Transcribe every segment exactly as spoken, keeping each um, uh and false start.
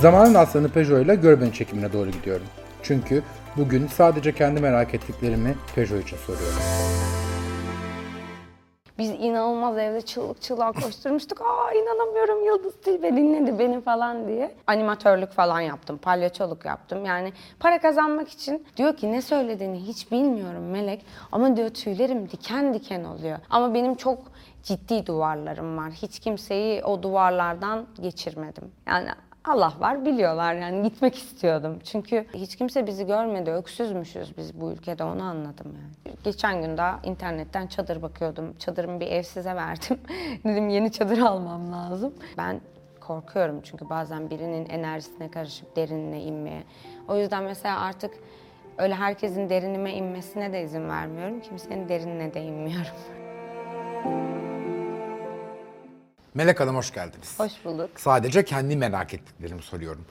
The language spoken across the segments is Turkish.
Zamanın Aslanı Peugeot ile Gör Beni çekimine doğru gidiyorum. Çünkü bugün sadece kendi merak ettiklerimi Peugeot için soruyorum. Biz inanılmaz evde çığlık çığlığa koşturmuştuk. Aa inanamıyorum Yıldız Tilbe dinledi beni falan diye. Animatörlük falan yaptım, palyaçoluk yaptım. Yani para kazanmak için diyor ki ne söylediğini hiç bilmiyorum Melek. Ama diyor tüylerim diken diken oluyor. Ama benim çok ciddi duvarlarım var. Hiç kimseyi o duvarlardan geçirmedim. Yani Allah var biliyorlar yani gitmek istiyordum. Çünkü hiç kimse bizi görmedi. Öksüzmüşüz biz bu ülkede onu anladım yani. Geçen gün daha internetten çadır bakıyordum. Çadırımı bir evsize verdim. Dedim yeni çadır almam lazım. Ben korkuyorum çünkü bazen birinin enerjisine karışıp derinine inmeye. O yüzden mesela artık öyle herkesin derinime inmesine de izin vermiyorum. Kimsenin derinine de inmiyorum. Melek Hanım hoş geldiniz. Hoş bulduk. Sadece kendi merak ettiklerimi soruyorum.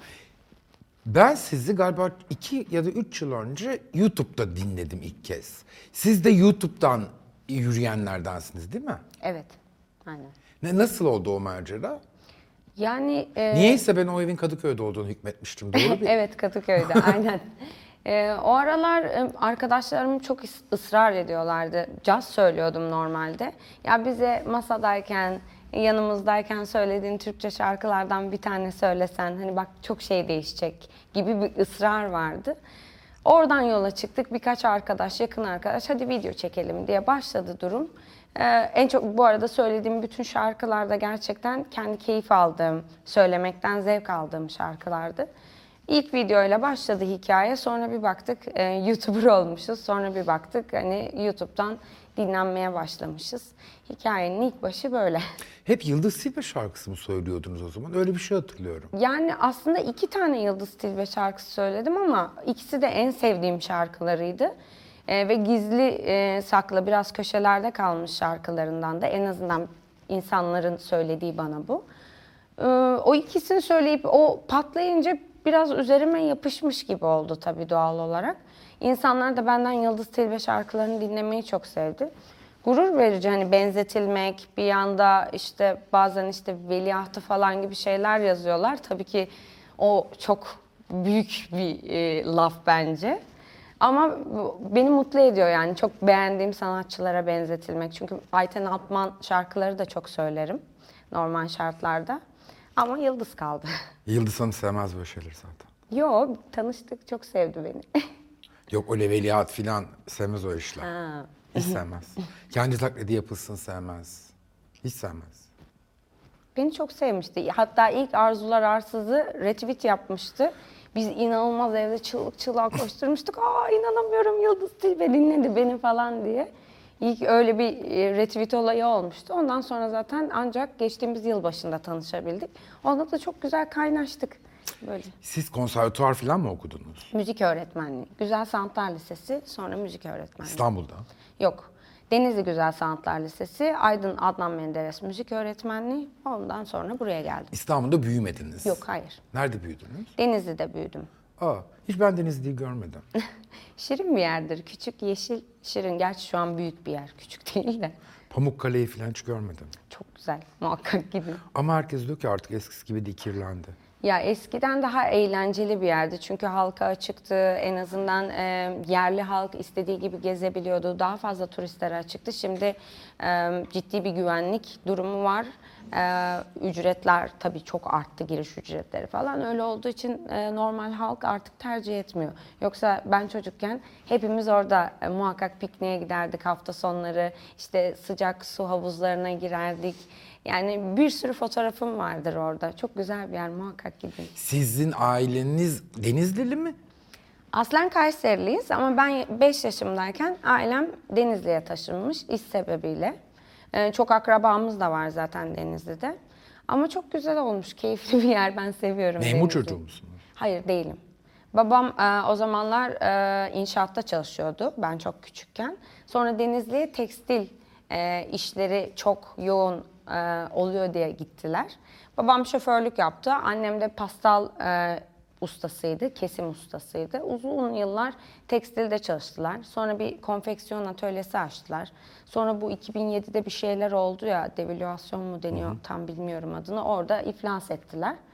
Ben sizi galiba iki ya da üç yıl önce YouTube'da dinledim ilk kez. Siz de YouTube'dan yürüyenlerdensiniz değil mi? Evet, aynen. Ne, nasıl oldu o macera? Yani... E... Niyeyse ben o evin Kadıköy'de olduğunu hükmetmiştim. Doğru bir... Evet, Kadıköy'de aynen. Ee, o aralar e, arkadaşlarım çok ısrar ediyorlardı. Caz söylüyordum normalde. Ya bize masadayken, yanımızdayken söylediğin Türkçe şarkılardan bir tane söylesen, hani bak çok şey değişecek gibi bir ısrar vardı. Oradan yola çıktık. Birkaç arkadaş, yakın arkadaş, hadi video çekelim diye başladı durum. Ee, en çok bu arada söylediğim bütün şarkılarda gerçekten kendi keyif aldığım, söylemekten zevk aldığım şarkılardı. İlk videoyla başladı hikaye. Sonra bir baktık e, YouTuber olmuşuz. Sonra bir baktık hani YouTube'dan dinlenmeye başlamışız. Hikayenin ilk başı böyle. Hep Yıldız Tilbe şarkısı mı söylüyordunuz o zaman? Öyle bir şey hatırlıyorum. Yani aslında iki tane Yıldız Tilbe şarkısı söyledim ama ikisi de en sevdiğim şarkılarıydı. E, ve gizli e, saklı biraz köşelerde kalmış şarkılarından da en azından insanların söylediği bana bu. E, o ikisini söyleyip o patlayınca biraz üzerime yapışmış gibi oldu tabii doğal olarak. İnsanlar da benden Yıldız Tilbe şarkılarını dinlemeyi çok sevdi. Gurur verici hani benzetilmek, bir yanda işte bazen işte veliahtı falan gibi şeyler yazıyorlar. Tabii ki o çok büyük bir e, laf bence. Ama beni mutlu ediyor yani çok beğendiğim sanatçılara benzetilmek. Çünkü Ayten Alpman şarkıları da çok söylerim normal şartlarda. Ama Yıldız kaldı. Yıldız Hanım sevmez böyle şeyleri zaten. Yok, tanıştık, çok sevdi beni. Yok öyle veliaht filan sevmez o işler. Ha. Hiç sevmez. Kendi taklidi yapılsın sevmez. Hiç sevmez. Beni çok sevmişti. Hatta ilk Arzular Arsız'ı retweet yapmıştı. Biz inanılmaz evde çığlık çığlığa koşturmuştuk. Aa inanamıyorum Yıldız Tilbe dinledi beni falan diye. İlk öyle bir retweet olayı olmuştu. Ondan sonra zaten ancak geçtiğimiz yıl başında tanışabildik. Onda da çok güzel kaynaştık. Böyle. Siz konservatuvar falan mı okudunuz? Müzik öğretmenliği. Güzel Sanatlar Lisesi, sonra müzik öğretmenliği. İstanbul'da? Yok. Denizli Güzel Sanatlar Lisesi, Aydın Adnan Menderes müzik öğretmenliği. Ondan sonra buraya geldim. İstanbul'da büyümediniz. Yok, hayır. Nerede büyüdünüz? Denizli'de büyüdüm. Aa, hiç ben Denizli'yi görmedim. Şirin bir yerdir. Küçük, yeşil, şirin. Gerçi şu an büyük bir yer. Küçük değil de. Pamukkale'yi falan hiç görmedim. Çok güzel. Muhakkak gidin. Ama herkes diyor ki artık eskisi gibi değil, kirlendi. Ya eskiden daha eğlenceli bir yerdi. Çünkü halka açıktı. En azından e, yerli halk istediği gibi gezebiliyordu. Daha fazla turistlere açıktı. Şimdi e, ciddi bir güvenlik durumu var. E, ücretler tabii çok arttı, giriş ücretleri falan. Öyle olduğu için e, normal halk artık tercih etmiyor. Yoksa ben çocukken hepimiz orada e, muhakkak pikniğe giderdik hafta sonları. İşte sıcak su havuzlarına girerdik. Yani bir sürü fotoğrafım vardır orada. Çok güzel bir yer, muhakkak gidin. Sizin aileniz Denizlili mi? Aslen Kayseriliyiz ama ben beş yaşımdayken ailem Denizli'ye taşınmış iş sebebiyle. Ee, çok akrabamız da var zaten Denizli'de. Ama çok güzel olmuş, keyifli bir yer. Ben seviyorum Memur Denizli'yi. çocuğu musunuz? Hayır, değilim. Babam e, o zamanlar e, inşaatta çalışıyordu ben çok küçükken. Sonra Denizli'ye tekstil e, işleri çok yoğun e, oluyor diye gittiler. Babam şoförlük yaptı. Annem de pastal e, ustasıydı, kesim ustasıydı. Uzun yıllar tekstilde çalıştılar. Sonra bir konfeksiyon atölyesi açtılar. Sonra bu iki bin yedide bir şeyler oldu ya, devalüasyon mu deniyor, hı hı, tam bilmiyorum adını. Orada iflas ettiler.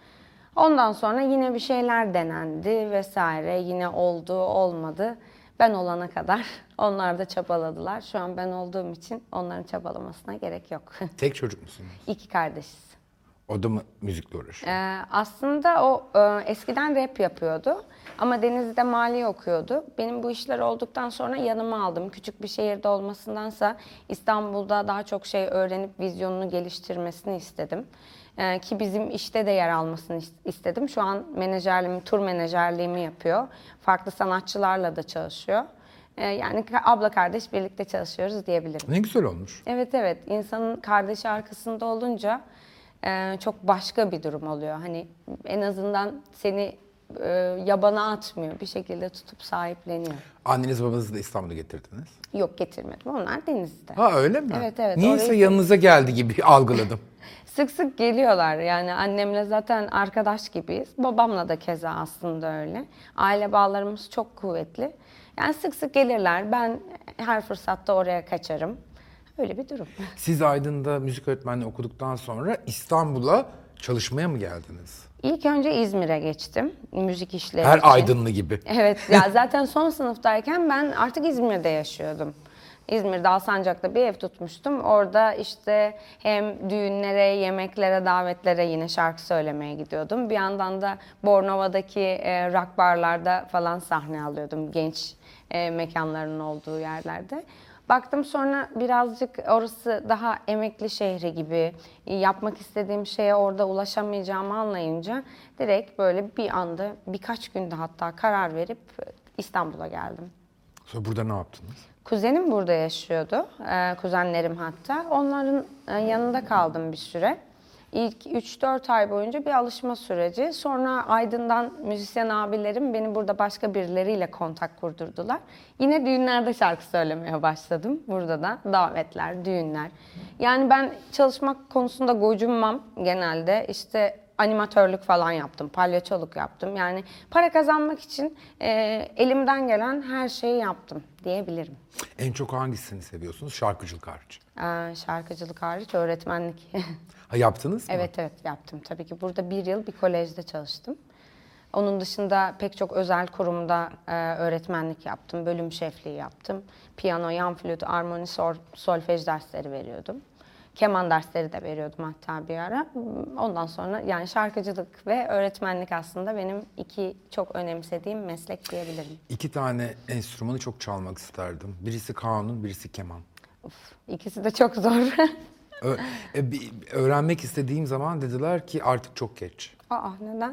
Ondan sonra yine bir şeyler denendi vesaire. Yine oldu, olmadı. Ben olana kadar onlar da çabaladılar. Şu an ben olduğum için onların çabalamasına gerek yok. Tek çocuk musunuz? İki kardeşiz. O da mı müzikle uğraşıyor? Ee, aslında o e, eskiden rap yapıyordu ama Denizli'de maliye okuyordu. Benim bu işler olduktan sonra yanıma aldım. Küçük bir şehirde olmasındansa İstanbul'da daha çok şey öğrenip vizyonunu geliştirmesini istedim. Ee, ki bizim işte de yer almasını is- istedim. Şu an menajerliğimi, tur menajerliğimi yapıyor. Farklı sanatçılarla da çalışıyor. Ee, yani ka- abla kardeş birlikte çalışıyoruz diyebilirim. Ne güzel olmuş. Evet evet, insanın kardeşi arkasında olunca e, çok başka bir durum oluyor. Hani en azından seni e, yabana atmıyor, bir şekilde tutup sahipleniyor. Anneniz babanızı da İstanbul'a getirdiniz. Yok, getirmedim, onlar Denizli'de. Ha öyle mi? Evet, evet, Niyeyse orayı- yanınıza geldi gibi algıladım. Sık sık geliyorlar, yani annemle zaten arkadaş gibiyiz. Babamla da keza aslında öyle. Aile bağlarımız çok kuvvetli. Yani sık sık gelirler, ben her fırsatta oraya kaçarım. Öyle bir durum. Siz Aydın'da müzik öğretmenliği okuduktan sonra İstanbul'a çalışmaya mı geldiniz? İlk önce İzmir'e geçtim, müzik işleri Her için. Aydınlı gibi. Evet, ya zaten son sınıftayken ben artık İzmir'de yaşıyordum. İzmir'de Alsancak'ta bir ev tutmuştum. Orada işte hem düğünlere, yemeklere, davetlere yine şarkı söylemeye gidiyordum. Bir yandan da Bornova'daki e, rock barlarda falan sahne alıyordum, genç e, mekanların olduğu yerlerde. Baktım sonra birazcık orası daha emekli şehri gibi, yapmak istediğim şeye orada ulaşamayacağımı anlayınca direkt böyle bir anda, birkaç günde hatta karar verip İstanbul'a geldim. Sonra burada ne yaptınız? Kuzenim burada yaşıyordu, e, kuzenlerim hatta. Onların e, yanında kaldım bir süre. İlk üç dört ay boyunca bir alışma süreci. Sonra Aydın'dan müzisyen abilerim beni burada başka birileriyle kontak kurdurdular. Yine düğünlerde şarkı söylemeye başladım. Burada da davetler, düğünler. Yani ben çalışmak konusunda gocunmam genelde. İşte animatörlük falan yaptım, palyaçoluk yaptım. Yani para kazanmak için e, elimden gelen her şeyi yaptım diyebilirim. En çok hangisini seviyorsunuz? Şarkıcılık hariç. Ee, şarkıcılık hariç öğretmenlik. Ha yaptınız mı? Evet evet, yaptım. Tabii ki burada bir yıl bir kolejde çalıştım. Onun dışında pek çok özel kurumda e, öğretmenlik yaptım. Bölüm şefliği yaptım. Piyano, yan flüt, armoni, sol, solfej dersleri veriyordum. Keman dersleri de veriyordum hatta bir ara. Ondan sonra yani şarkıcılık ve öğretmenlik aslında benim iki çok önemsediğim meslek diyebilirim. İki tane enstrümanı çok çalmak isterdim. Birisi kanun, birisi keman. Uf, ikisi de çok zor. Ö- e, bir- öğrenmek istediğim zaman dediler ki artık çok geç. Aa, neden?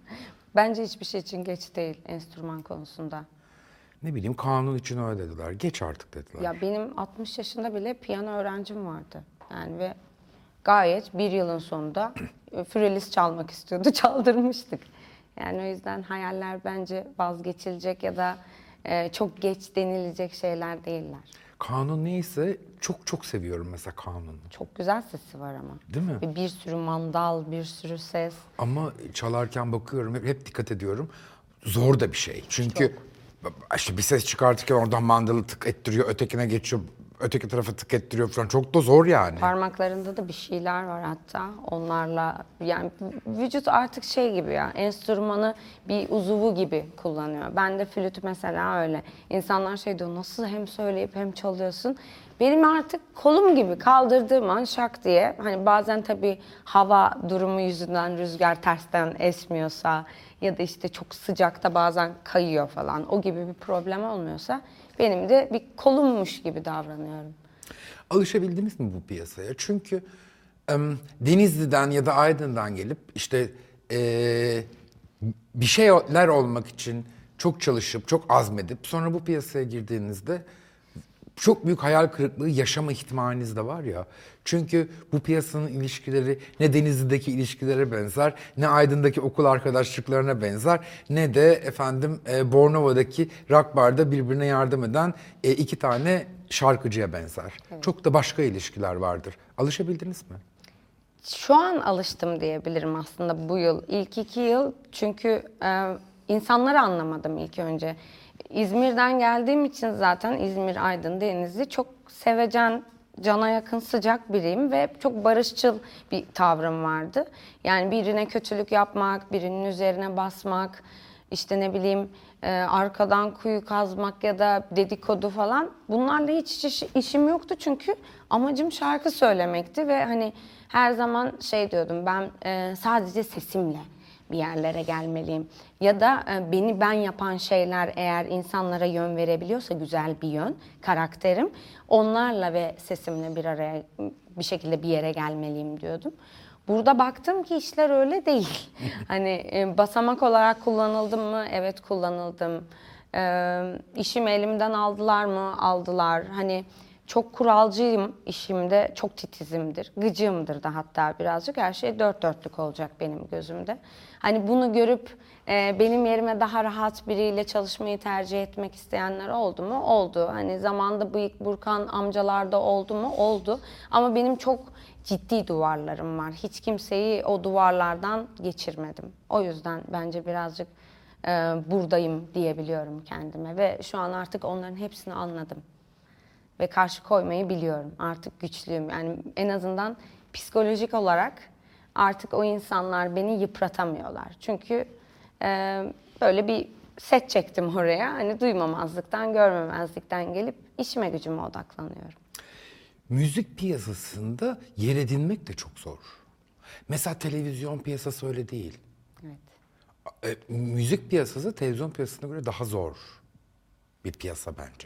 Bence hiçbir şey için geç değil enstrüman konusunda. Ne bileyim kanun için öyle dediler. Geç artık dediler. Ya benim altmış yaşında bile piyano öğrencim vardı. Yani ve gayet bir yılın sonunda Fürelis çalmak istiyordu, çaldırmıştık. Yani o yüzden hayaller bence vazgeçilecek ya da e, çok geç denilecek şeyler değiller. Kanun neyse çok çok seviyorum mesela kanunu. Çok güzel sesi var ama. Değil mi? Ve bir sürü mandal, bir sürü ses. Ama çalarken bakıyorum, hep, hep dikkat ediyorum. Zor da bir şey. Çünkü işte bir ses çıkartırken oradan mandalı tık ettiriyor, ötekine geçiyor, öteki tarafa tık ettiriyor falan. Çok da zor yani. Parmaklarında da bir şeyler var hatta. Onlarla yani vücut artık şey gibi ya, enstrümanı bir uzuvu gibi kullanıyor. Ben de flütü mesela öyle. İnsanlar şey diyor, nasıl hem söyleyip hem çalıyorsun. Benim artık kolum gibi, kaldırdığım an şak diye. Hani bazen tabii hava durumu yüzünden rüzgar tersten esmiyorsa ya da işte çok sıcakta bazen kayıyor falan. O gibi bir problem olmuyorsa benim de bir kolummuş gibi davranıyorum. Alışabildiniz mi bu piyasaya? Çünkü em, Denizli'den ya da Aydın'dan gelip işte eee, bir şeyler olmak için çok çalışıp, çok azmedip sonra bu piyasaya girdiğinizde çok büyük hayal kırıklığı yaşama ihtimaliniz de var ya. Çünkü bu piyasanın ilişkileri ne Denizli'deki ilişkilere benzer, ne Aydın'daki okul arkadaşlıklarına benzer, ne de efendim e, Bornova'daki rock barda birbirine yardım eden e, iki tane şarkıcıya benzer. Çok da başka ilişkiler vardır. Alışabildiniz mi? Şu an alıştım diyebilirim aslında bu yıl. İlk iki yıl çünkü e, insanları anlamadım ilk önce. İzmir'den geldiğim için zaten İzmir, Aydın, Denizli çok sevecen cana yakın, sıcak biriyim ve çok barışçıl bir tavrım vardı. Yani birine kötülük yapmak, birinin üzerine basmak, işte ne bileyim e, arkadan kuyu kazmak ya da dedikodu falan, bunlarla hiç iş- işim yoktu çünkü amacım şarkı söylemekti ve hani her zaman şey diyordum, ben e, sadece sesimle bir yerlere gelmeliyim. Ya da e, beni ben yapan şeyler eğer insanlara yön verebiliyorsa, güzel bir yön, karakterim, onlarla ve sesimle bir araya bir şekilde bir yere gelmeliyim diyordum. Burada baktım ki işler öyle değil. Hani e, basamak olarak kullanıldım mı? Evet, kullanıldım. E, işimi elimden aldılar mı? Aldılar. Hani çok kuralcıyım işimde, çok titizimdir. Gıcığımdır da hatta birazcık. Her şey dört dörtlük olacak benim gözümde. Hani bunu görüp e, benim yerime daha rahat biriyle çalışmayı tercih etmek isteyenler oldu mu? Oldu. Hani zamanda bıyık burkan amcalar da oldu mu? Oldu. Ama benim çok ciddi duvarlarım var. Hiç kimseyi o duvarlardan geçirmedim. O yüzden bence birazcık e, buradayım diyebiliyorum kendime ve şu an artık onların hepsini anladım ve karşı koymayı biliyorum. Artık güçlüyüm. Yani en azından psikolojik olarak artık o insanlar beni yıpratamıyorlar. Çünkü e, böyle bir set çektim oraya. Hani duymamazlıktan, görmemezlikten gelip işime gücüme odaklanıyorum. Müzik piyasasında yer edinmek de çok zor. Mesela televizyon piyasası öyle değil. Evet. E, müzik piyasası televizyon piyasasına göre daha zor bir piyasa bence.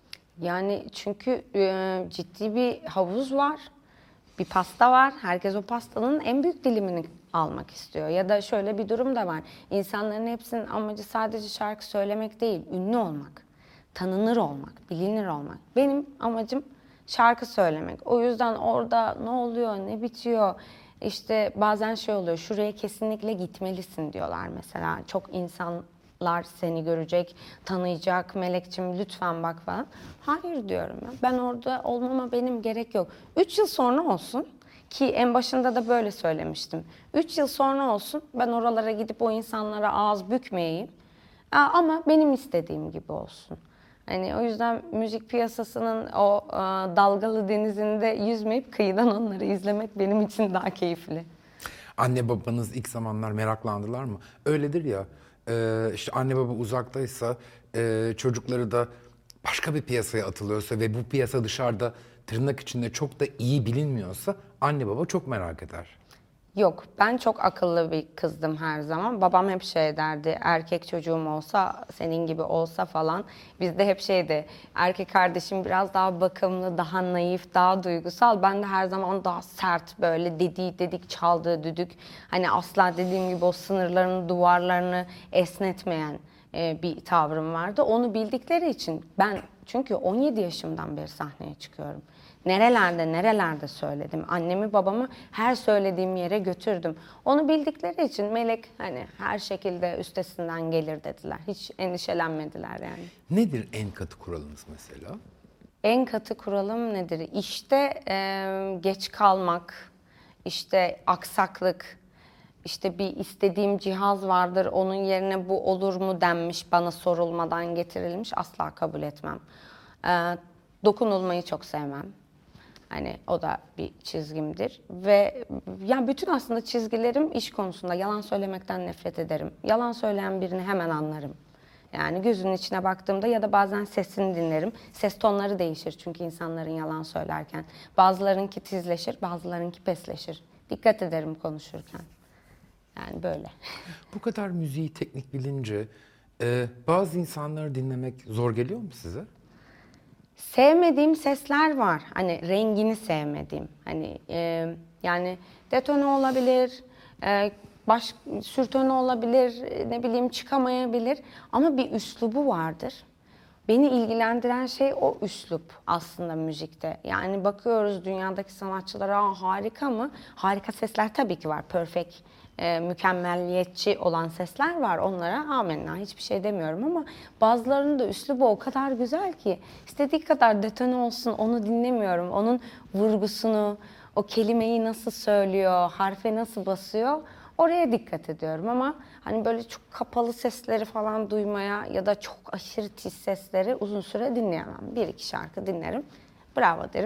Yani çünkü e, ciddi bir havuz var, bir pasta var. Herkes o pastanın en büyük dilimini almak istiyor. Ya da şöyle bir durum da var. İnsanların hepsinin amacı sadece şarkı söylemek değil, ünlü olmak, tanınır olmak, bilinir olmak. Benim amacım şarkı söylemek. O yüzden orada ne oluyor, ne bitiyor? İşte bazen şey oluyor, şuraya kesinlikle gitmelisin diyorlar mesela. Çok insanlar seni görecek, tanıyacak, Melekçim lütfen bak falan. Hayır diyorum ya. Ben orada olmama benim gerek yok. Üç yıl sonra olsun ki en başında da böyle söylemiştim. Üç yıl sonra olsun, ben oralara gidip o insanlara ağız bükmeyeyim. Aa, ama benim istediğim gibi olsun. Hani o yüzden müzik piyasasının o e, dalgalı denizinde yüzmeyip kıyıdan onları izlemek benim için daha keyifli. Anne babanız ilk zamanlar meraklandılar mı? Öyledir ya, e, işte anne baba uzaktaysa e, çocukları da başka bir piyasaya atılıyorsa ve bu piyasa dışarıda tırnak içinde çok da iyi bilinmiyorsa anne baba çok merak eder. Yok, ben çok akıllı bir kızdım her zaman. Babam hep şey derdi, erkek çocuğum olsa, senin gibi olsa falan. Bizde hep şeydi, erkek kardeşim biraz daha bakımlı, daha naif, daha duygusal. Ben de her zaman daha sert, böyle dediği dedik, çaldığı düdük. Hani asla dediğim gibi o sınırlarını, duvarlarını esnetmeyen e, bir tavrım vardı. Onu bildikleri için ben, çünkü on yedi yaşımdan beri sahneye çıkıyorum. Nerelerde nerelerde söyledim. Annemi babamı her söylediğim yere götürdüm. Onu bildikleri için Melek hani her şekilde üstesinden gelir dediler. Hiç endişelenmediler yani. Nedir en katı kuralınız mesela? En katı kuralım nedir? İşte e, geç kalmak, işte aksaklık, işte bir istediğim cihaz vardır, onun yerine bu olur mu denmiş, bana sorulmadan getirilmiş, asla kabul etmem. E, dokunulmayı çok sevmem. Hani o da bir çizgimdir ve yani bütün aslında çizgilerim iş konusunda. Yalan söylemekten nefret ederim. Yalan söyleyen birini hemen anlarım. Yani gözünün içine baktığımda ya da bazen sesini dinlerim. Ses tonları değişir çünkü insanların yalan söylerken. Bazılarınki tizleşir, bazılarınki pesleşir. Dikkat ederim konuşurken. Yani böyle. Bu kadar müziği teknik bilince e, bazı insanları dinlemek zor geliyor mu size? Sevmediğim sesler var. Hani rengini sevmediğim. Hani e, yani detone olabilir, e, baş sürtone olabilir, e, ne bileyim çıkamayabilir. Ama bir üslubu vardır. Beni ilgilendiren şey o üslup aslında müzikte. Yani bakıyoruz dünyadaki sanatçılara, "Aa, harika mı?" Harika sesler tabii ki var. Perfect, e, mükemmelliyetçi olan sesler var. Onlara amenna, hiçbir şey demiyorum ama bazılarının da üslubu o kadar güzel ki istediği kadar detone olsun onu dinlemiyorum. Onun vurgusunu, o kelimeyi nasıl söylüyor, harfe nasıl basıyor, oraya dikkat ediyorum ama hani böyle çok kapalı sesleri falan duymaya ya da çok aşırı tiz sesleri uzun süre dinleyemem. Bir iki şarkı dinlerim, bravo derim,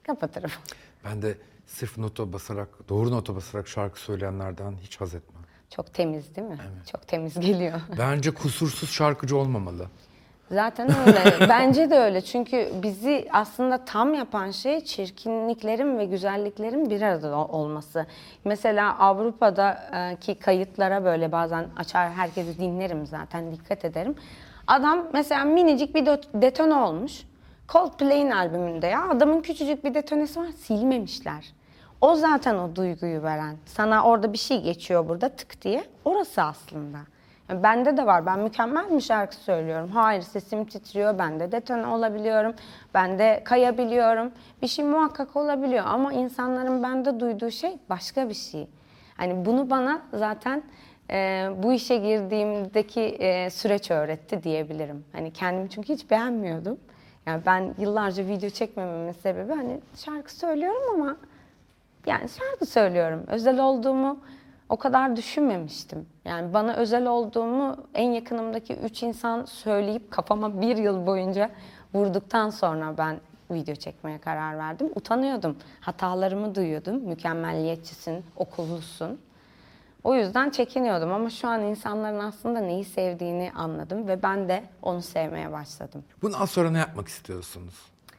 kapatırım. Ben de sırf nota basarak, doğru nota basarak şarkı söyleyenlerden hiç haz etmem. Çok temiz değil mi? Evet. Çok temiz geliyor. Bence kusursuz şarkıcı olmamalı. Zaten öyle. Bence de öyle. Çünkü bizi aslında tam yapan şey çirkinliklerin ve güzelliklerin bir arada olması. Mesela Avrupa'daki kayıtlara böyle bazen açar, herkesi dinlerim zaten, dikkat ederim. Adam mesela minicik bir detone olmuş. Coldplay'in albümünde ya adamın küçücük bir detonesi var, silmemişler. O zaten o duyguyu veren. Sana orada bir şey geçiyor burada tık diye. Orası aslında. Yani bende de var. Ben mükemmel bir şarkı söylüyorum. Hayır, sesim titriyor. Ben de detone olabiliyorum. Ben de kayabiliyorum. Bir şey muhakkak olabiliyor. Ama insanların bende duyduğu şey başka bir şey. Hani bunu bana zaten e, bu işe girdiğimdeki e, süreç öğretti diyebilirim. Hani kendimi çünkü hiç beğenmiyordum. Yani ben yıllarca video çekmememin sebebi hani şarkı söylüyorum ama yani şarkı söylüyorum. Özel olduğumu o kadar düşünmemiştim. Yani bana özel olduğumu en yakınımdaki üç insan söyleyip kafama bir yıl boyunca vurduktan sonra ben video çekmeye karar verdim. Utanıyordum. Hatalarımı duyuyordum. Mükemmelliyetçisin, okullusun. O yüzden çekiniyordum ama şu an insanların aslında neyi sevdiğini anladım ve ben de onu sevmeye başladım. Bundan sonra ne yapmak istiyorsunuz?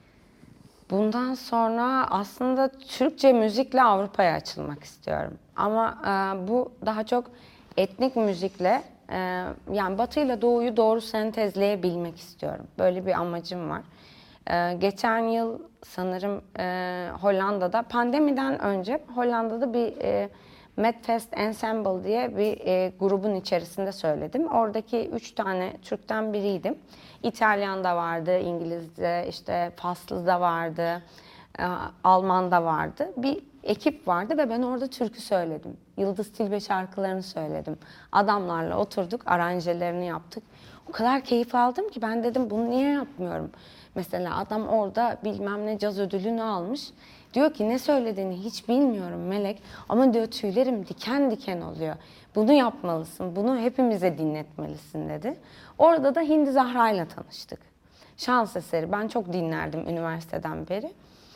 Bundan sonra aslında Türkçe müzikle Avrupa'ya açılmak istiyorum. Ama e, bu daha çok etnik müzikle, e, yani Batı ile Doğu'yu doğru sentezleyebilmek istiyorum. Böyle bir amacım var. E, geçen yıl sanırım e, Hollanda'da, pandemiden önce Hollanda'da bir e, Medfest Ensemble diye bir e, grubun içerisinde söyledim. Oradaki üç tane Türk'ten biriydim. İtalyan da vardı, İngiliz de, işte Faslı da vardı, e, Alman da vardı. Bir ekip vardı ve ben orada türkü söyledim. Yıldız Tilbe şarkılarını söyledim. Adamlarla oturduk, aranjelerini yaptık. O kadar keyif aldım ki ben dedim bunu niye yapmıyorum? Mesela adam orada bilmem ne caz ödülünü almış. Diyor ki ne söylediğini hiç bilmiyorum Melek ama diyor tüylerim diken diken oluyor. Bunu yapmalısın, bunu hepimize dinletmelisin dedi. Orada da Hindi Zahra ile tanıştık. Şans eseri, ben çok dinlerdim üniversiteden beri.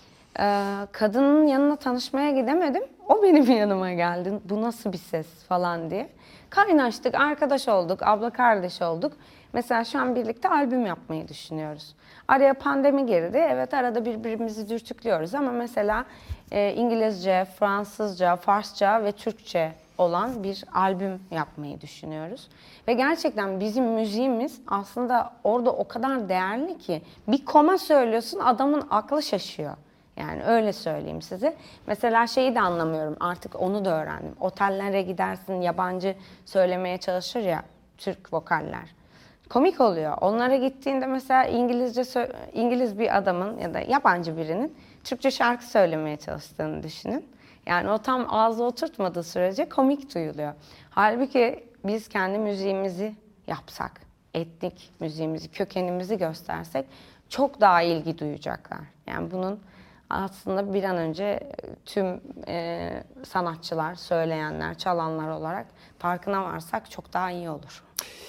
Ee, kadının yanına tanışmaya gidemedim. O benim yanıma geldi. Bu nasıl bir ses falan diye. Kaynaştık, arkadaş olduk, abla kardeş olduk. Mesela şu an birlikte albüm yapmayı düşünüyoruz. Araya pandemi girdi. Evet arada birbirimizi dürtüklüyoruz ama mesela e, İngilizce, Fransızca, Farsça ve Türkçe olan bir albüm yapmayı düşünüyoruz. Ve gerçekten bizim müziğimiz aslında orada o kadar değerli ki bir koma söylüyorsun adamın aklı şaşıyor. Yani öyle söyleyeyim size. Mesela şeyi de anlamıyorum artık onu da öğrendim. Otellere gidersin yabancı söylemeye çalışır ya Türk vokaller. Komik oluyor. Onlara gittiğinde mesela İngilizce İngiliz bir adamın ya da yabancı birinin Türkçe şarkı söylemeye çalıştığını düşünün. Yani o tam ağzı oturtmadığı sürece komik duyuluyor. Halbuki biz kendi müziğimizi yapsak, etnik müziğimizi, kökenimizi göstersek çok daha ilgi duyacaklar. Yani bunun aslında bir an önce tüm e, sanatçılar, söyleyenler, çalanlar olarak farkına varsak çok daha iyi olur.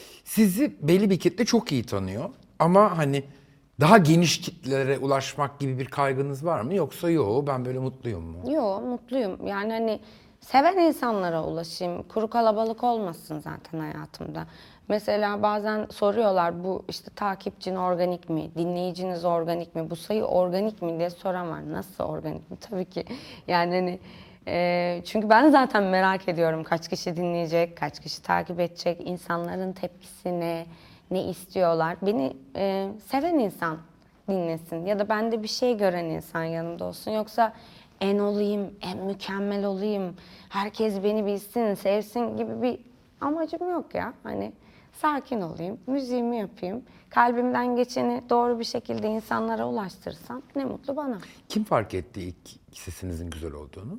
Sizi belli bir kitle çok iyi tanıyor ama hani daha geniş kitlelere ulaşmak gibi bir kaygınız var mı? Yoksa yo ben böyle mutluyum mu? Yo mutluyum. Yani hani seven insanlara ulaşayım. Kuru kalabalık olmasın zaten hayatımda. Mesela bazen soruyorlar bu işte takipçin organik mi, dinleyiciniz organik mi, bu sayı organik mi diye soran var. Nasıl organik mi? Tabii ki yani hani e, çünkü ben zaten merak ediyorum kaç kişi dinleyecek, kaç kişi takip edecek, insanların tepkisi ne, ne istiyorlar. Beni e, seven insan dinlesin ya da bende bir şey gören insan yanımda olsun. Yoksa en olayım, en mükemmel olayım, herkes beni bilsin, sevsin gibi bir amacım yok ya. Hani sakin olayım, müziğimi yapayım, kalbimden geçeni doğru bir şekilde insanlara ulaştırırsam ne mutlu bana. Kim fark etti ilk sesinizin güzel olduğunu?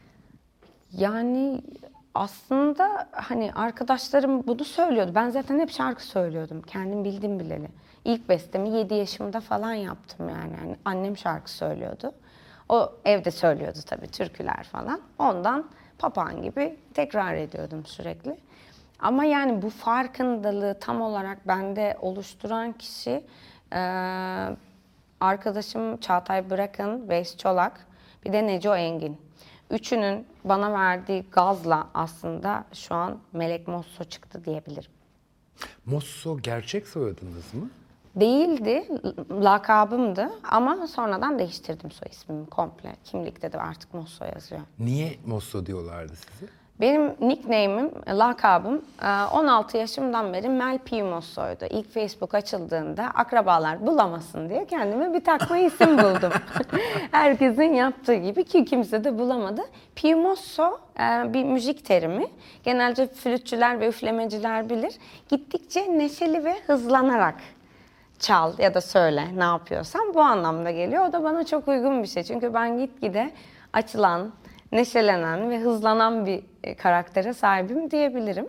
Yani aslında hani arkadaşlarım bunu söylüyordu. Ben zaten hep şarkı söylüyordum. Kendim bildim bileli. İlk bestemi yedi yaşımda falan yaptım yani. Yani annem şarkı söylüyordu. O evde söylüyordu tabii türküler falan. Ondan papağan gibi tekrar ediyordum sürekli. Ama yani bu farkındalığı tam olarak bende oluşturan kişi e, arkadaşım Çağatay Bırakın, Veys Çolak, bir de Neco Engin. Üçünün bana verdiği gazla aslında şu an Melek Mosso çıktı diyebilirim. Mosso gerçek soyadınız mı? Değildi, lakabımdı ama sonradan değiştirdim soy ismimi komple. Kimlikte de artık Mosso yazıyor. Niye Mosso diyorlardı size? Benim nickname'im, lakabım on altı yaşımdan beri Mel P. Mosso'ydu. İlk Facebook açıldığında akrabalar bulamasın diye kendime bir takma isim buldum. Herkesin yaptığı gibi ki kimse de bulamadı. P. Mosso bir müzik terimi. Genelde flütçüler ve üflemeciler bilir. Gittikçe neşeli ve hızlanarak çal ya da söyle ne yapıyorsan bu anlamda geliyor. O da bana çok uygun bir şey. Çünkü ben gitgide açılan, neşelenen ve hızlanan bir karaktere sahibim diyebilirim.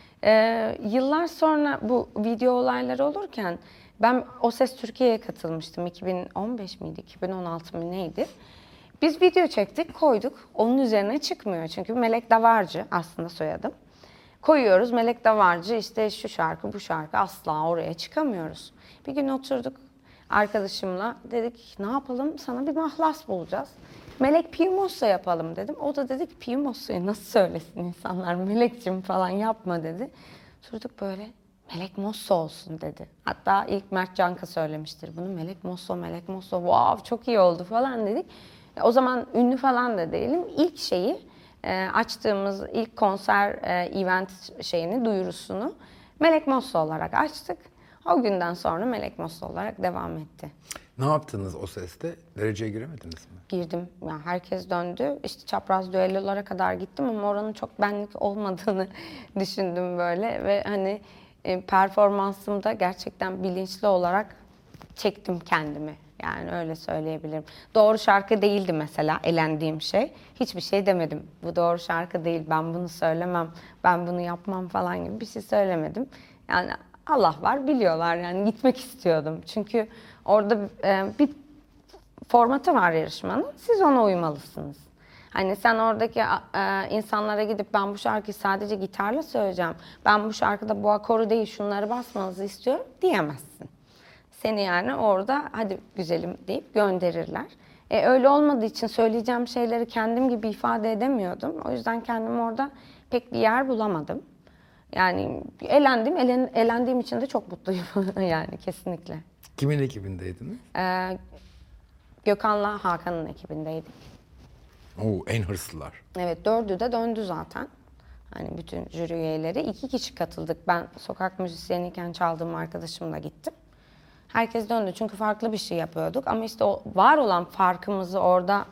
Ee, yıllar sonra bu video olayları olurken ben O Ses Türkiye'ye katılmıştım. iki bin on beş miydi, iki bin on altı mı neydi? Biz video çektik, koyduk. Onun üzerine çıkmıyor çünkü Melek Davarcı aslında soyadım. Koyuyoruz Melek Davarcı işte şu şarkı bu şarkı asla oraya çıkamıyoruz. Bir gün oturduk arkadaşımla dedik ne yapalım sana bir mahlas bulacağız. Melek Piymosso yapalım dedim. O da dedi ki Piyumosso'yu nasıl söylesin insanlar Melek'cim falan yapma dedi. Durduk böyle Melek Mosso olsun dedi. Hatta ilk Mert Canka söylemiştir bunu. Melek Mosso, Melek Mosso wow çok iyi oldu falan dedik. O zaman ünlü falan da değilim. İlk şeyi e, açtığımız ilk konser e, event şeyini duyurusunu Melek Mosso olarak açtık. O günden sonra Melek Mosso olarak devam etti. Ne yaptınız O Ses'te? Dereceye giremediniz mi? Girdim. Yani herkes döndü. İşte çapraz düellolara kadar gittim ama oranın çok benlik olmadığını düşündüm böyle ve hani e, performansımda gerçekten bilinçli olarak çektim kendimi. Yani öyle söyleyebilirim. Doğru şarkı değildi mesela elendiğim şey. Hiçbir şey demedim. Bu doğru şarkı değil. Ben bunu söylemem. Ben bunu yapmam falan gibi bir şey söylemedim. Yani Allah var biliyorlar yani gitmek istiyordum. Çünkü orada e, bir formatı var yarışmanın. Siz ona uymalısınız. Hani sen oradaki e, insanlara gidip ben bu şarkıyı sadece gitarla söyleyeceğim. Ben bu şarkıda bu akoru değil şunları basmanızı istiyorum diyemezsin. Seni yani orada hadi güzelim deyip gönderirler. E, öyle olmadığı için söyleyeceğim şeyleri kendim gibi ifade edemiyordum. O yüzden kendim orada pek bir yer bulamadım. Yani elendim, elen, elendiğim için de çok mutluyum yani kesinlikle. Kimin ekibindeydiniz? Ee, Gökhan'la Hakan'ın ekibindeydik. Oo, en hırslılar. Evet, dördü de döndü zaten. Hani bütün jüri üyeleri. iki kişi katıldık. Ben sokak müzisyeniyken çaldığım arkadaşımla gittim. Herkes döndü çünkü farklı bir şey yapıyorduk. Ama işte o var olan farkımızı orada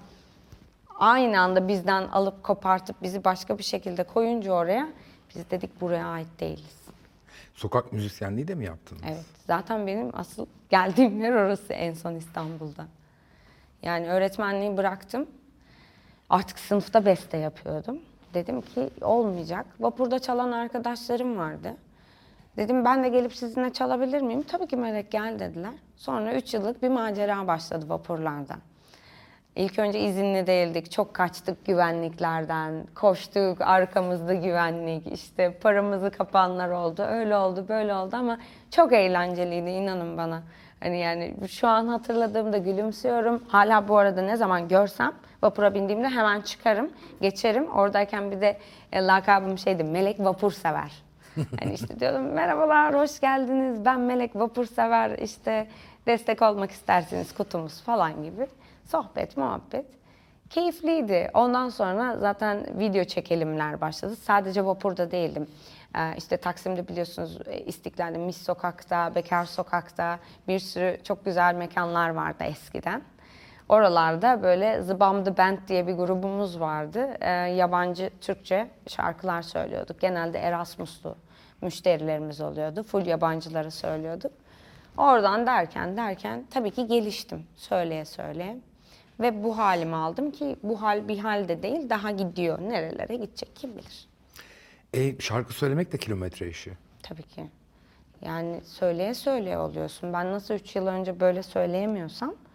aynı anda bizden alıp kopartıp bizi başka bir şekilde koyunca oraya biz dedik buraya ait değiliz. Sokak müzisyenliği de mi yaptınız? Evet. Zaten benim asıl geldiğim yer orası en son İstanbul'da. Yani öğretmenliği bıraktım. Artık sınıfta beste yapıyordum. Dedim ki olmayacak. Vapurda çalan arkadaşlarım vardı. Dedim ben de gelip sizinle çalabilir miyim? Tabii ki Melek gel dediler. Sonra üç yıllık bir macera başladı vapurlarda. İlk önce izinli değildik. Çok kaçtık güvenliklerden. Koştuk, arkamızda güvenlik. İşte paramızı kapanlar oldu. Öyle oldu, böyle oldu ama çok eğlenceliydi inanın bana. Hani yani şu an hatırladığımda gülümsüyorum. Hala bu arada ne zaman görsem vapura bindiğimde hemen çıkarım, geçerim. Oradayken bir de e, lakabım şeydi, Melek Vapursever. Hani işte diyordum merhabalar, hoş geldiniz. Ben Melek Vapursever. İşte destek olmak isterseniz kutumuz falan gibi. Sohbet, muhabbet. Keyifliydi. Ondan sonra zaten video çekelimler başladı. Sadece vapurda değildim. Ee, işte Taksim'de biliyorsunuz İstiklal'de, Mis Sokak'ta, Bekar Sokak'ta bir sürü çok güzel mekanlar vardı eskiden. Oralarda böyle The Bomb The Band diye bir grubumuz vardı. Ee, yabancı Türkçe şarkılar söylüyorduk. Genelde Erasmuslu müşterilerimiz oluyordu. Full yabancılara söylüyorduk. Oradan derken derken tabii ki geliştim söyleye söyleye. Ve bu halimi aldım ki bu hal bir hal de değil daha gidiyor. Nerelere gidecek kim bilir. E, şarkı söylemek de kilometre işi. Tabii ki. Yani söyleye söyleye oluyorsun. Ben nasıl üç yıl önce böyle söyleyemiyorsam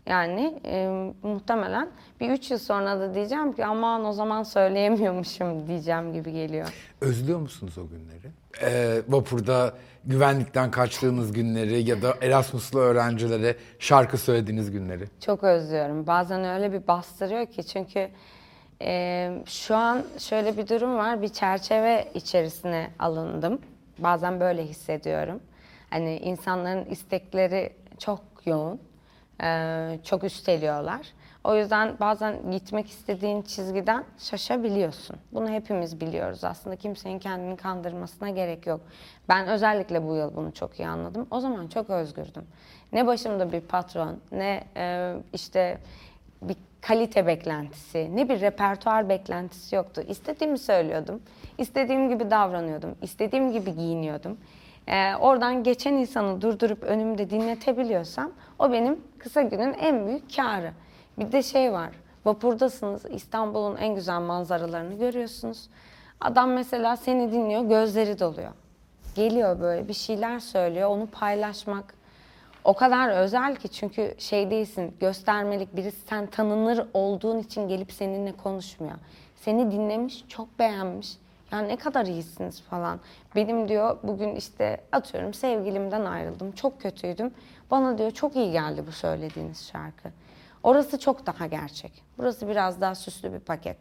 Yani e, muhtemelen bir üç yıl sonra da diyeceğim ki aman o zaman söyleyemiyormuşum diyeceğim gibi geliyor. Özlüyor musunuz o günleri? Ee, vapurda güvenlikten kaçtığınız günleri ya da Erasmus'lu öğrencilere şarkı söylediğiniz günleri. Çok özlüyorum. Bazen öyle bir bastırıyor ki çünkü e, şu an şöyle bir durum var. Bir çerçeve içerisine alındım. Bazen böyle hissediyorum. Hani insanların istekleri çok yoğun. e, çok üsteliyorlar. O yüzden bazen gitmek istediğin çizgiden şaşabiliyorsun. Bunu hepimiz biliyoruz. Aslında kimsenin kendini kandırmasına gerek yok. Ben özellikle bu yıl bunu çok iyi anladım. O zaman çok özgürdüm. Ne başımda bir patron, ne e, işte bir kalite beklentisi, ne bir repertuar beklentisi yoktu. İstediğimi söylüyordum, istediğim gibi davranıyordum, istediğim gibi giyiniyordum. Ee, oradan geçen insanı durdurup önümde dinletebiliyorsam o benim kısa günün en büyük kârı. Bir de şey var, vapurdasınız, İstanbul'un en güzel manzaralarını görüyorsunuz. Adam mesela seni dinliyor, gözleri doluyor. Geliyor böyle bir şeyler söylüyor, onu paylaşmak o kadar özel ki çünkü şey değilsin, göstermelik birisi sen tanınır olduğun için gelip seninle konuşmuyor. Seni dinlemiş, çok beğenmiş. Ya ne kadar iyisiniz falan. Benim diyor bugün işte atıyorum sevgilimden ayrıldım, çok kötüydüm. Bana diyor çok iyi geldi bu söylediğiniz şarkı. Orası çok daha gerçek. Burası biraz daha süslü bir paket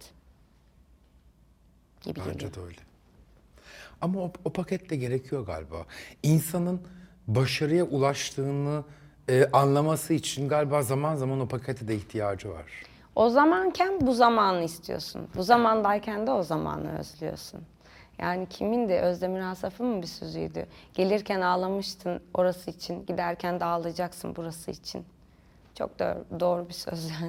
gibi geliyor. Bence de öyle. Ama o, o paket de gerekiyor galiba. İnsanın başarıya ulaştığını e, anlaması için galiba zaman zaman o pakete de ihtiyacı var. O zamanken bu zamanı istiyorsun. Bu zamandayken de o zamanı özlüyorsun. Yani kimin de Özdemir Asaf'ın mı bir sözüydü? Gelirken ağlamıştın orası için, giderken de ağlayacaksın burası için. Çok doğru, doğru bir söz yani.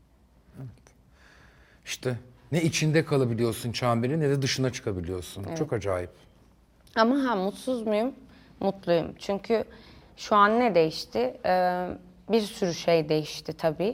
İşte ne içinde kalabiliyorsun çemberin ne de dışına çıkabiliyorsun. Çok acayip. Ama ha mutsuz muyum? Mutluyum. Çünkü şu an ne değişti? Ee, bir sürü şey değişti tabii.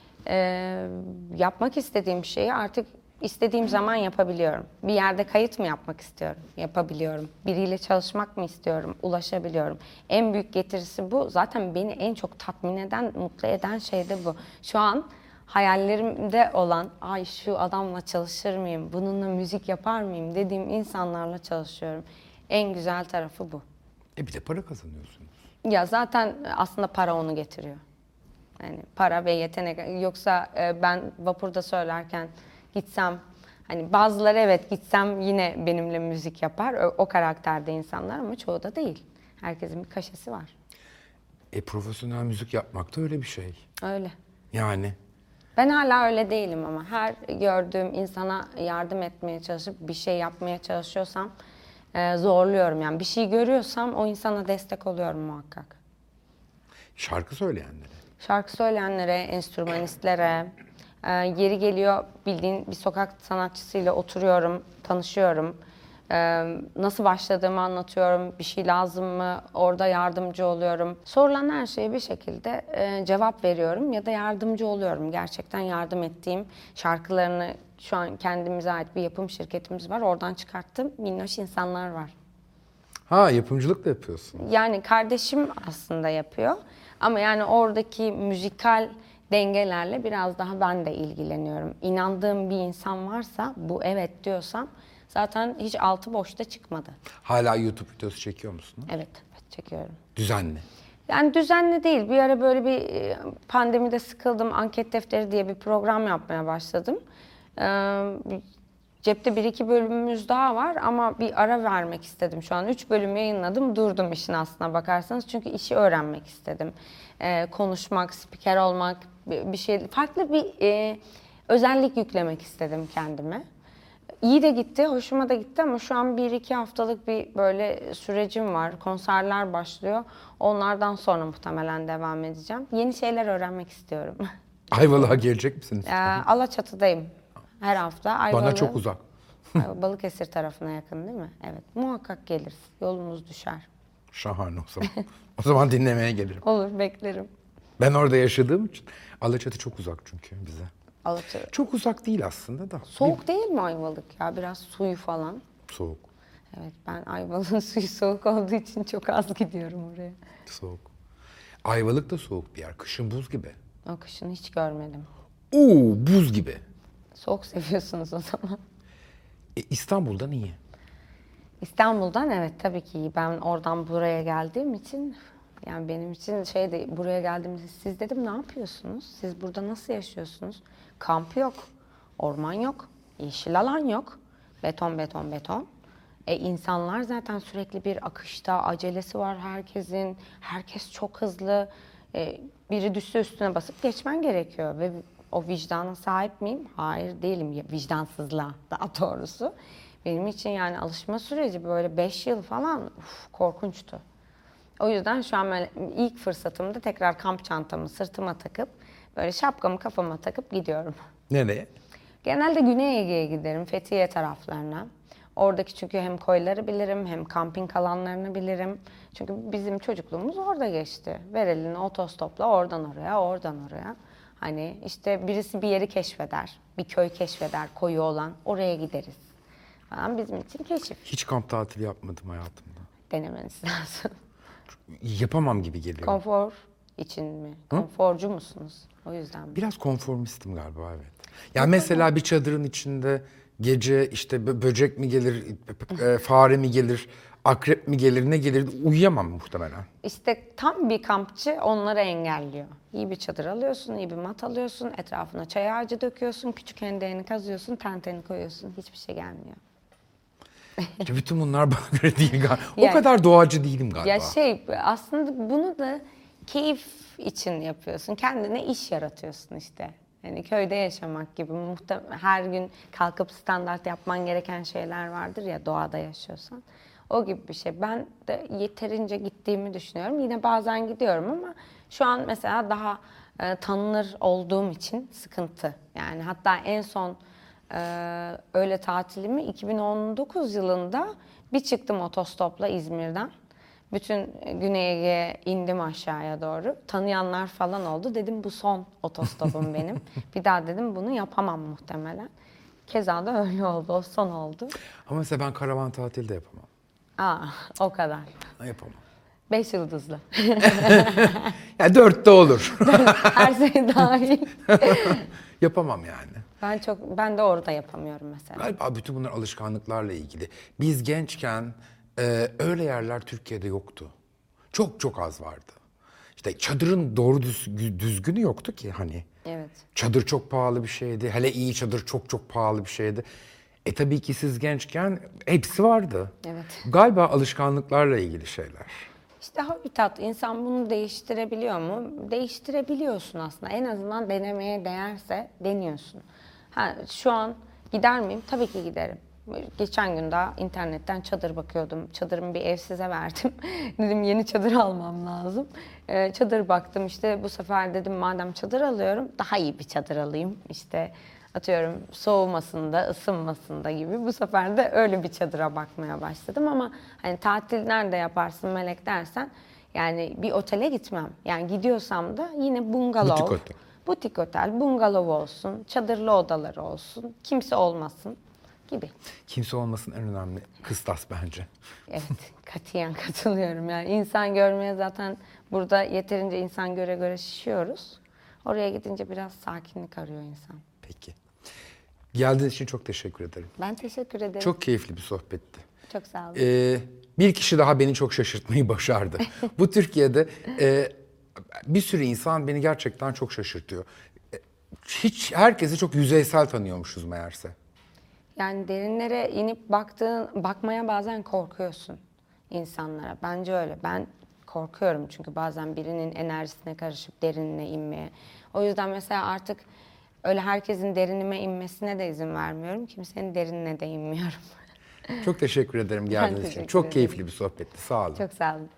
Ee, yapmak istediğim şeyi artık istediğim zaman yapabiliyorum. Bir yerde kayıt mı yapmak istiyorum? Yapabiliyorum. Biriyle çalışmak mı istiyorum? Ulaşabiliyorum. En büyük getirisi bu. Zaten beni en çok tatmin eden, mutlu eden şey de bu. Şu an hayallerimde olan, ay şu adamla çalışır mıyım, bununla müzik yapar mıyım dediğim insanlarla çalışıyorum. En güzel tarafı bu. E bir de para kazanıyorsunuz. Ya zaten aslında para onu getiriyor. Yani para ve yetenek. Yoksa e, ben vapurda söylerken gitsem, hani bazıları evet gitsem yine benimle müzik yapar. O, o karakterde insanlar ama çoğu da değil. Herkesin bir kaşesi var. E profesyonel müzik yapmak da öyle bir şey. Öyle. Yani Ben hala öyle değilim ama her gördüğüm insana yardım etmeye çalışıp bir şey yapmaya çalışıyorsam e, zorluyorum. Yani bir şey görüyorsam o insana destek oluyorum muhakkak. şarkı söyleyenlere. Şarkı söyleyenlere, enstrümanistlere, e, yeri geliyor bildiğin bir sokak sanatçısıyla oturuyorum, tanışıyorum. E, nasıl başladığımı anlatıyorum, bir şey lazım mı, orada yardımcı oluyorum. Sorulan her şeye bir şekilde e, cevap veriyorum ya da yardımcı oluyorum. Gerçekten yardım ettiğim şarkılarını şu an kendimize ait bir yapım şirketimiz var. Oradan çıkarttığım minnoş insanlar var. Ha yapımcılık da yapıyorsun. Yani kardeşim aslında yapıyor. Ama yani oradaki müzikal dengelerle biraz daha ben de ilgileniyorum. İnandığım bir insan varsa bu evet diyorsam zaten hiç altı boşta çıkmadı. Hala YouTube videosu çekiyor musun? Evet, evet çekiyorum. Düzenli. Yani düzenli değil. Bir ara böyle bir e, pandemide sıkıldım. Anket defteri diye bir program yapmaya başladım. Ee, cepte bir iki bölümümüz daha var ama bir ara vermek istedim şu an. Üç bölüm yayınladım, durdum işin aslına bakarsanız. Çünkü işi öğrenmek istedim. Ee, konuşmak, spiker olmak, bir bir şey, farklı bir e, özellik yüklemek istedim kendime. İyi de gitti, hoşuma da gitti ama şu an bir iki haftalık bir böyle sürecim var. Konserler başlıyor. Onlardan sonra muhtemelen devam edeceğim. Yeni şeyler öğrenmek istiyorum. Ayvalık'a gelecek misiniz? Ee, Alaçatı'dayım her hafta. Ayvalık, Bana çok uzak. Balıkesir tarafına yakın değil mi? Evet, muhakkak geliriz. Yolumuz düşer. Şahane o zaman. O zaman dinlemeye gelirim. Olur, beklerim. Ben orada yaşadığım için Alaçatı çok uzak çünkü bize. Alaçatı. Çok uzak değil aslında da. Soğuk değil mi Ayvalık ya? Biraz suyu falan. Bir soğuk. Evet, ben Ayvalık'ın suyu soğuk olduğu için çok az gidiyorum oraya. Soğuk. Ayvalık da soğuk bir yer. Kışın buz gibi. O kışın hiç görmedim. Oo, buz gibi. Soğuk seviyorsunuz o zaman. E, İstanbul'dan iyi. İstanbul'dan evet tabii ki iyi. Ben oradan buraya geldiğim için yani benim için şey de buraya geldiğimde siz dedim ne yapıyorsunuz? Siz burada nasıl yaşıyorsunuz? Kamp yok, orman yok, yeşil alan yok. Beton beton beton. E insanlar zaten sürekli bir akışta, acelesi var herkesin. Herkes çok hızlı. E, biri düşse üstüne basıp geçmen gerekiyor ve o vicdana sahip miyim? Hayır değilim. Ya, vicdansızlığa daha doğrusu. Benim için yani alışma süreci böyle beş yıl falan uf, korkunçtu. O yüzden şu an böyle ilk fırsatımda tekrar kamp çantamı sırtıma takıp böyle şapkamı kafama takıp gidiyorum. Nereye? Genelde Güney Ege'ye giderim, Fethiye taraflarına. Oradaki çünkü hem koyları bilirim hem kamping alanlarını bilirim. Çünkü bizim çocukluğumuz orada geçti. Ver elini otostopla oradan oraya, oradan oraya. Hani işte birisi bir yeri keşfeder, bir köy keşfeder, koyu olan oraya gideriz falan bizim için keşif. Hiç kamp tatili yapmadım hayatımda. Denemeniz lazım. Yapamam gibi geliyor. Konfor için mi? Konforcu musunuz? O yüzden mi? Biraz konformistim galiba, evet. Ya mesela bir çadırın içinde gece işte bö- böcek mi gelir, e, fare mi gelir, akrep mi gelir, ne gelir uyuyamam muhtemelen. İşte tam bir kampçı onları engelliyor. İyi bir çadır alıyorsun, iyi bir mat alıyorsun, etrafına çay ağacı döküyorsun, küçük hendeğini kazıyorsun, tenteni koyuyorsun, hiçbir şey gelmiyor. İşte bütün bunlar bana göre değil galiba. O Yani- kadar doğacı değilim galiba. Ya şey aslında bunu da keyif için yapıyorsun. Kendine iş yaratıyorsun işte. Yani köyde yaşamak gibi muhtemelen her gün kalkıp standart yapman gereken şeyler vardır ya doğada yaşıyorsan. O gibi bir şey. Ben de yeterince gittiğimi düşünüyorum. Yine bazen gidiyorum ama şu an mesela daha e, tanınır olduğum için sıkıntı. Yani hatta en son e, öyle tatilimi iki bin on dokuz yılında bir çıktım otostopla İzmir'den. Bütün Güney Ege'ye indim aşağıya doğru. Tanıyanlar falan oldu. Dedim bu son otostopum benim. Bir daha dedim bunu yapamam muhtemelen. Keza da öyle oldu. O son oldu. Ama mesela ben karavan tatili de yapamam. Aa, o kadar. Yapamam. Beş yıldızlı. Ya dörtte olur. Her şey dahil. Yapamam yani. Ben çok, ben de orada yapamıyorum mesela. Galiba bütün bunlar alışkanlıklarla ilgili. Biz gençken e, öyle yerler Türkiye'de yoktu. Çok çok az vardı. İşte çadırın doğru düz, düzgünü yoktu ki hani. Evet. Çadır çok pahalı bir şeydi. Hele iyi çadır çok çok pahalı bir şeydi. E tabii ki siz gençken hepsi vardı. Evet. Galiba alışkanlıklarla ilgili şeyler. İşte habitat, insan bunu değiştirebiliyor mu? Değiştirebiliyorsun aslında. En azından denemeye değerse deniyorsun. Ha, şu an gider miyim? Tabii ki giderim. Geçen gün daha internetten çadır bakıyordum. Çadırımı bir ev size verdim. Dedim yeni çadır almam lazım. Ee, çadır baktım işte bu sefer dedim madem çadır alıyorum daha iyi bir çadır alayım. İşte atıyorum soğumasında, ısınmasında gibi. Bu sefer de öyle bir çadıra bakmaya başladım ama hani tatil nerede yaparsın Melek dersen yani bir otele gitmem. Yani gidiyorsam da yine bungalov. Butik otel. Butik otel, bungalov olsun, çadırlı odaları olsun, kimse olmasın gibi. Kimse olmasın en önemli kıstas bence. Evet, katiyen katılıyorum. Yani insan görmeye zaten burada yeterince insan göre göre şişiyoruz. Oraya gidince biraz sakinlik arıyor insan. Peki. Geldiğiniz için çok teşekkür ederim. Ben teşekkür ederim. Çok keyifli bir sohbetti. Çok sağ olun. Ee, bir kişi daha beni çok şaşırtmayı başardı. Bu Türkiye'de e, bir sürü insan beni gerçekten çok şaşırtıyor. E, Hiç herkesi çok yüzeysel tanıyormuşuz meğerse. Yani derinlere inip baktığın, bakmaya bazen korkuyorsun insanlara. Bence öyle. Ben korkuyorum çünkü bazen birinin enerjisine karışıp derinine inmeye. O yüzden mesela artık öyle herkesin derinime inmesine de izin vermiyorum. Kimsenin derinine de inmiyorum. Çok teşekkür ederim geldiğiniz için. teşekkür Çok ederim. keyifli bir sohbetti. Sağ olun. Çok sağ olun.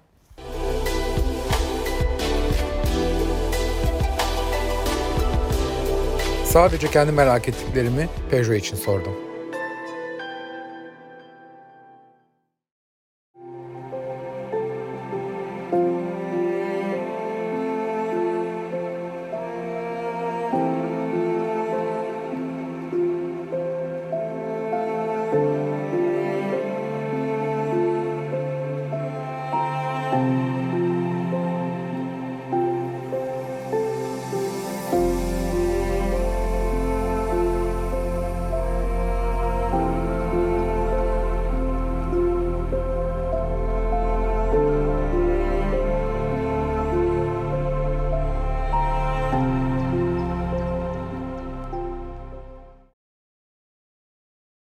Sadece kendi merak ettiklerimi Peugeot için sordum.